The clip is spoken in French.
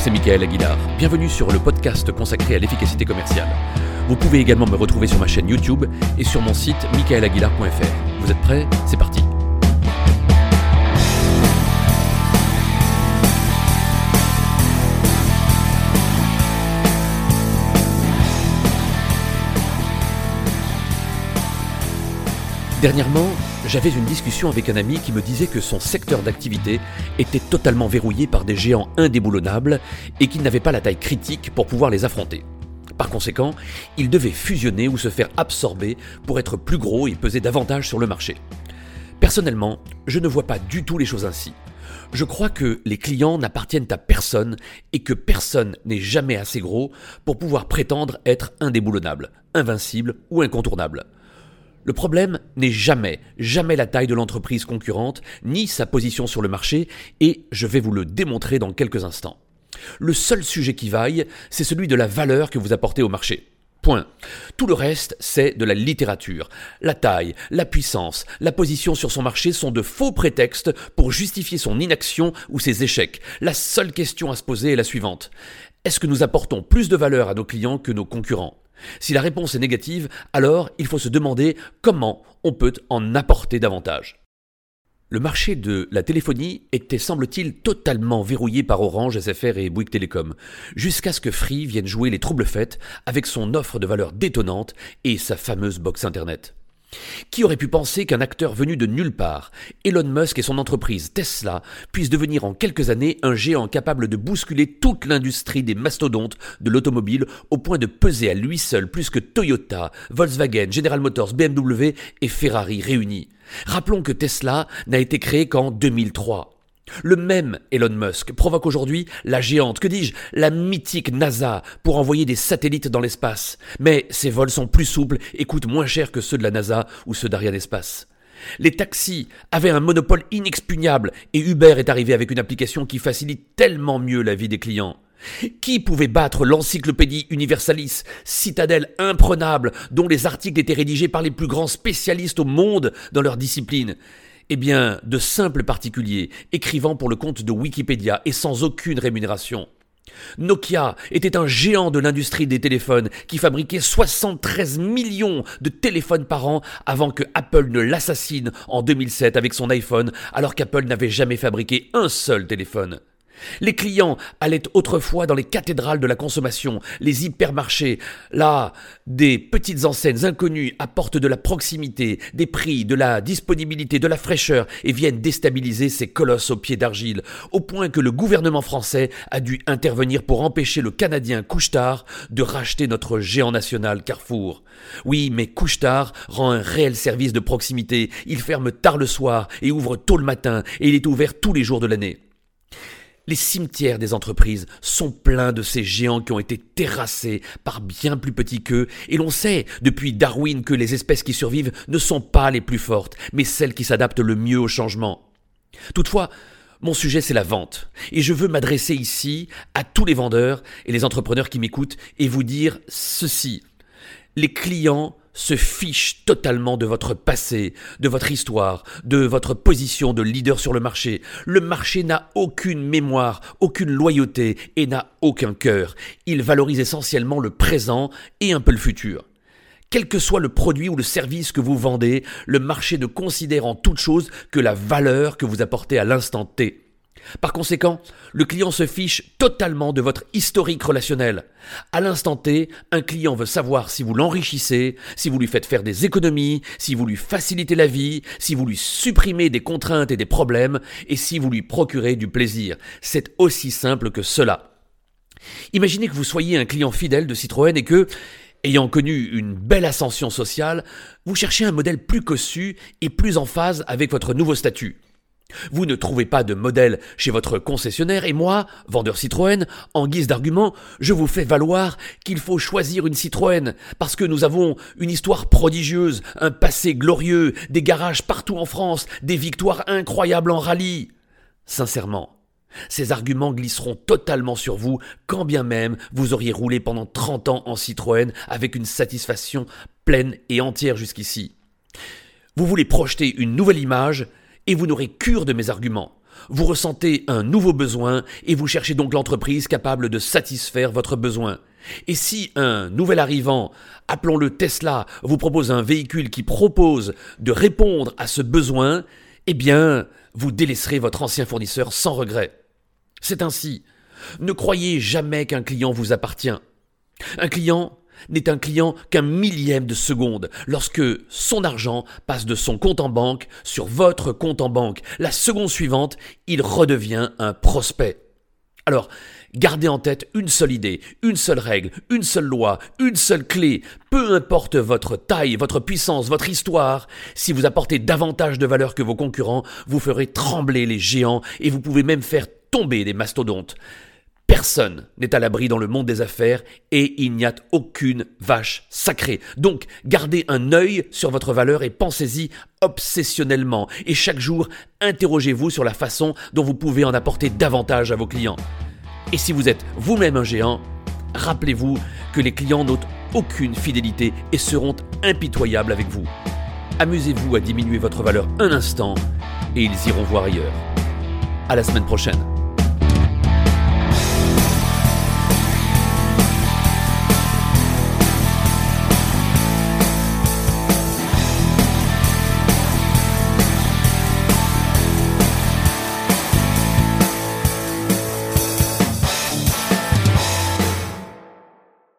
c'est Michael Aguilar. Bienvenue sur le podcast consacré à l'efficacité commerciale. Vous pouvez également me retrouver sur ma chaîne YouTube et sur mon site michaelaguilar.fr. Vous êtes prêts ? C'est parti. Dernièrement, j'avais une discussion avec un ami qui me disait que son secteur d'activité était totalement verrouillé par des géants indéboulonnables et qu'il n'avait pas la taille critique pour pouvoir les affronter. Par conséquent, il devait fusionner ou se faire absorber pour être plus gros et peser davantage sur le marché. Personnellement, je ne vois pas du tout les choses ainsi. Je crois que les clients n'appartiennent à personne et que personne n'est jamais assez gros pour pouvoir prétendre être indéboulonnable, invincible ou incontournable. Le problème n'est jamais la taille de l'entreprise concurrente, ni sa position sur le marché, et je vais vous le démontrer dans quelques instants. Le seul sujet qui vaille, c'est celui de la valeur que vous apportez au marché. Point. Tout le reste, c'est de la littérature. La taille, la puissance, la position sur son marché sont de faux prétextes pour justifier son inaction ou ses échecs. La seule question à se poser est la suivante. Est-ce que nous apportons plus de valeur à nos clients que nos concurrents ? Si la réponse est négative, alors il faut se demander comment on peut en apporter davantage. Le marché de la téléphonie était, semble-t-il, totalement verrouillé par Orange, SFR et Bouygues Telecom, jusqu'à ce que Free vienne jouer les troubles faits avec son offre de valeur détonnante et sa fameuse box internet. Qui aurait pu penser qu'un acteur venu de nulle part, Elon Musk et son entreprise Tesla, puissent devenir en quelques années un géant capable de bousculer toute l'industrie des mastodontes de l'automobile au point de peser à lui seul plus que Toyota, Volkswagen, General Motors, BMW et Ferrari réunis. Rappelons que Tesla n'a été créé qu'en 2003. Le même Elon Musk provoque aujourd'hui la géante, la mythique NASA pour envoyer des satellites dans l'espace. Mais ces vols sont plus souples et coûtent moins cher que ceux de la NASA ou ceux d'Arianespace. Les taxis avaient un monopole inexpugnable et Uber est arrivé avec une application qui facilite tellement mieux la vie des clients. Qui pouvait battre l'Encyclopédie Universalis, citadelle imprenable dont les articles étaient rédigés par les plus grands spécialistes au monde dans leur discipline ? Eh bien, de simples particuliers, écrivant pour le compte de Wikipédia et sans aucune rémunération. Nokia était un géant de l'industrie des téléphones qui fabriquait 73 millions de téléphones par an avant que Apple ne l'assassine en 2007 avec son iPhone, alors qu'Apple n'avait jamais fabriqué un seul téléphone. Les clients allaient autrefois dans les cathédrales de la consommation, les hypermarchés. Là, des petites enseignes inconnues apportent de la proximité, des prix, de la disponibilité, de la fraîcheur et viennent déstabiliser ces colosses aux pieds d'argile, au point que le gouvernement français a dû intervenir pour empêcher le Canadien Couche-Tard de racheter notre géant national Carrefour. Oui, mais Couche-Tard rend un réel service de proximité. Il ferme tard le soir et ouvre tôt le matin et il est ouvert tous les jours de l'année. Les cimetières des entreprises sont pleins de ces géants qui ont été terrassés par bien plus petits qu'eux, et l'on sait depuis Darwin que les espèces qui survivent ne sont pas les plus fortes, mais celles qui s'adaptent le mieux au changement. Toutefois, mon sujet c'est la vente, et je veux m'adresser ici à tous les vendeurs et les entrepreneurs qui m'écoutent et vous dire ceci. Les clients se fichent totalement de votre passé, de votre histoire, de votre position de leader sur le marché. Le marché n'a aucune mémoire, aucune loyauté et n'a aucun cœur. Il valorise essentiellement le présent et un peu le futur. Quel que soit le produit ou le service que vous vendez, le marché ne considère en toute chose que la valeur que vous apportez à l'instant T. Par conséquent, le client se fiche totalement de votre historique relationnel. À l'instant T, un client veut savoir si vous l'enrichissez, si vous lui faites faire des économies, si vous lui facilitez la vie, si vous lui supprimez des contraintes et des problèmes, et si vous lui procurez du plaisir. C'est aussi simple que cela. Imaginez que vous soyez un client fidèle de Citroën et que, ayant connu une belle ascension sociale, vous cherchez un modèle plus cossu et plus en phase avec votre nouveau statut. Vous ne trouvez pas de modèle chez votre concessionnaire et moi, vendeur Citroën, en guise d'argument, je vous fais valoir qu'il faut choisir une Citroën parce que nous avons une histoire prodigieuse, un passé glorieux, des garages partout en France, des victoires incroyables en rallye. Sincèrement, ces arguments glisseront totalement sur vous quand bien même vous auriez roulé pendant 30 ans en Citroën avec une satisfaction pleine et entière jusqu'ici. Vous voulez projeter une nouvelle image et vous n'aurez cure de mes arguments. vous ressentez un nouveau besoin et vous cherchez donc l'entreprise capable de satisfaire votre besoin. Et si un nouvel arrivant, appelons-le Tesla, vous propose un véhicule qui propose de répondre à ce besoin, eh bien, vous délaisserez votre ancien fournisseur sans regret. C'est ainsi. Ne croyez jamais qu'un client vous appartient. Un client n'est un client qu'un millième de seconde lorsque son argent passe de son compte en banque sur votre compte en banque. La seconde suivante, il redevient un prospect. Alors, gardez en tête une seule idée, une seule règle, une seule loi, une seule clé. Peu importe votre taille, votre puissance, votre histoire, si vous apportez davantage de valeur que vos concurrents, vous ferez trembler les géants et vous pouvez même faire tomber des mastodontes. Personne n'est à l'abri dans le monde des affaires et il n'y a aucune vache sacrée. Donc, gardez un œil sur votre valeur et pensez-y obsessionnellement. Et chaque jour, interrogez-vous sur la façon dont vous pouvez en apporter davantage à vos clients. Et si vous êtes vous-même un géant, rappelez-vous que les clients n'ont aucune fidélité et seront impitoyables avec vous. Amusez-vous à diminuer votre valeur un instant et ils iront voir ailleurs. À la semaine prochaine.